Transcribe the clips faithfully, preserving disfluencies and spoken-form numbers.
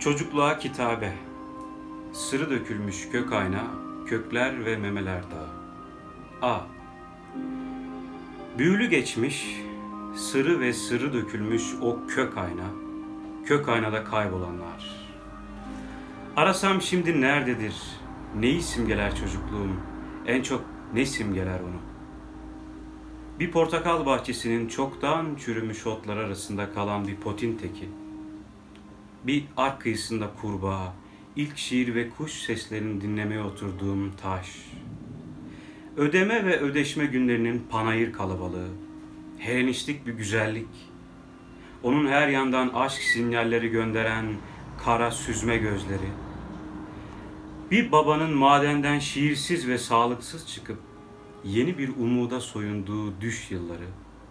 Çocukluğa kitabe, sırı dökülmüş kök ayna, kökler ve memeler dağı. A. Büyülü geçmiş, sırı ve sırı dökülmüş o kök ayna, kök aynada kaybolanlar. Arasam şimdi nerededir, neyi simgeler çocukluğum, en çok ne simgeler onu? Bir portakal bahçesinin çoktan çürümüş otlar arasında kalan bir potin teki. Bir ark kıyısında kurbağa, ilk şiir ve kuş seslerini dinlemeye oturduğum taş. Ödeme ve ödeşme günlerinin panayır kalabalığı, Helenistik bir güzellik. Onun her yandan aşk sinyalleri gönderen kara süzme gözleri. Bir babanın madenden şiirsiz ve sağlıksız çıkıp yeni bir umuda soyunduğu düş yılları.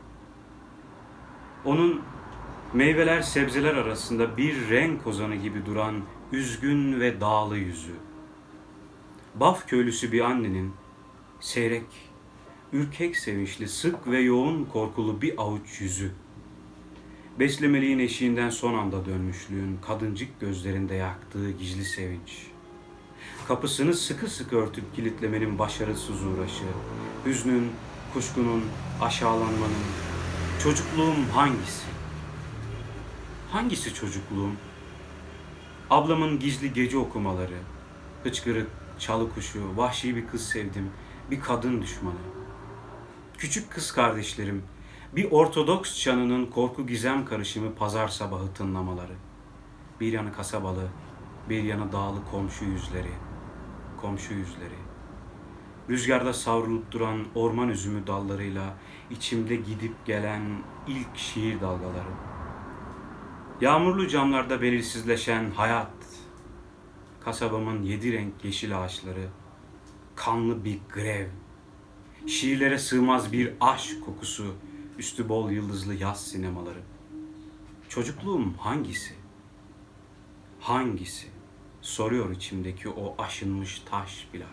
Onun meyveler sebzeler arasında bir renk ozanı gibi duran üzgün ve dağlı yüzü. Baf köylüsü bir annenin seyrek, ürkek sevinçli, sık ve yoğun korkulu bir avuç yüzü. Beslemeliğin eşiğinden son anda dönmüşlüğün kadıncık gözlerinde yaktığı gizli sevinç. Kapısını sıkı sıkı örtüp kilitlemenin başarısız uğraşı, hüznün, kuşkunun, aşağılanmanın. Çocukluğum hangisi? Hangisi çocukluğum? Ablamın gizli gece okumaları, hıçkırık, çalı kuşu, vahşi bir kız sevdim, bir kadın düşmanı. Küçük kız kardeşlerim, bir Ortodoks çanının korku gizem karışımı pazar sabahı tınlamaları. Bir yanı kasabalı, bir yanı dağlı komşu yüzleri, komşu yüzleri. Rüzgarda savrulup duran orman üzümü dallarıyla içimde gidip gelen ilk şiir dalgaları. Yağmurlu camlarda belirsizleşen hayat, kasabamın yedi renk yeşil ağaçları, kanlı bir grev, şiirlere sığmaz bir aşk kokusu, üstü bol yıldızlı yaz sinemaları. Çocukluğum hangisi? Hangisi? Soruyor içimdeki o aşınmış taş plak.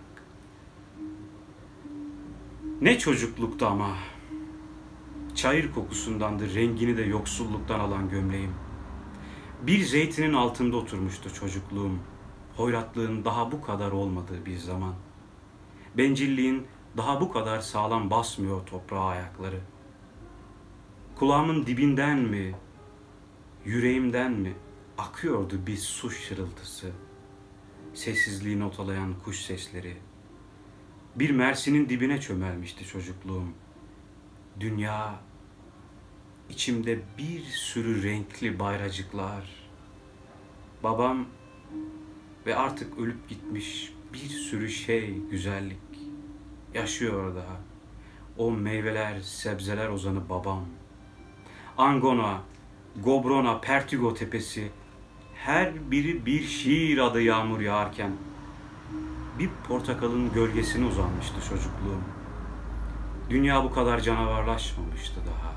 Ne çocukluktu ama. Çayır kokusundandı rengini de yoksulluktan alan gömleğim. Bir zeytinin altında oturmuştu çocukluğum. Hoyratlığın daha bu kadar olmadığı bir zaman. Bencilliğin daha bu kadar sağlam basmıyor toprağa ayakları. Kulağımın dibinden mi, yüreğimden mi akıyordu bir su şırıltısı. Sessizliği notalayan kuş sesleri. Bir Mersin'in dibine çömelmişti çocukluğum. Dünya, içimde bir sürü renkli bayracıklar. Babam ve artık ölüp gitmiş bir sürü şey, güzellik. Yaşıyor daha. O meyveler, sebzeler ozanı babam. Angona, Gobrona, Pertigo tepesi, her biri bir şiir adı yağmur yağarken. Bir portakalın gölgesine uzanmıştı çocukluğum. Dünya bu kadar canavarlaşmamıştı daha.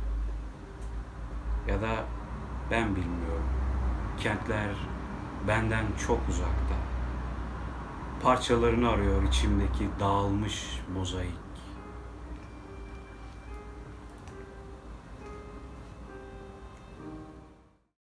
Ya da ben bilmiyorum. Kentler benden çok uzakta. Parçalarını arıyor içimdeki dağılmış mozaik.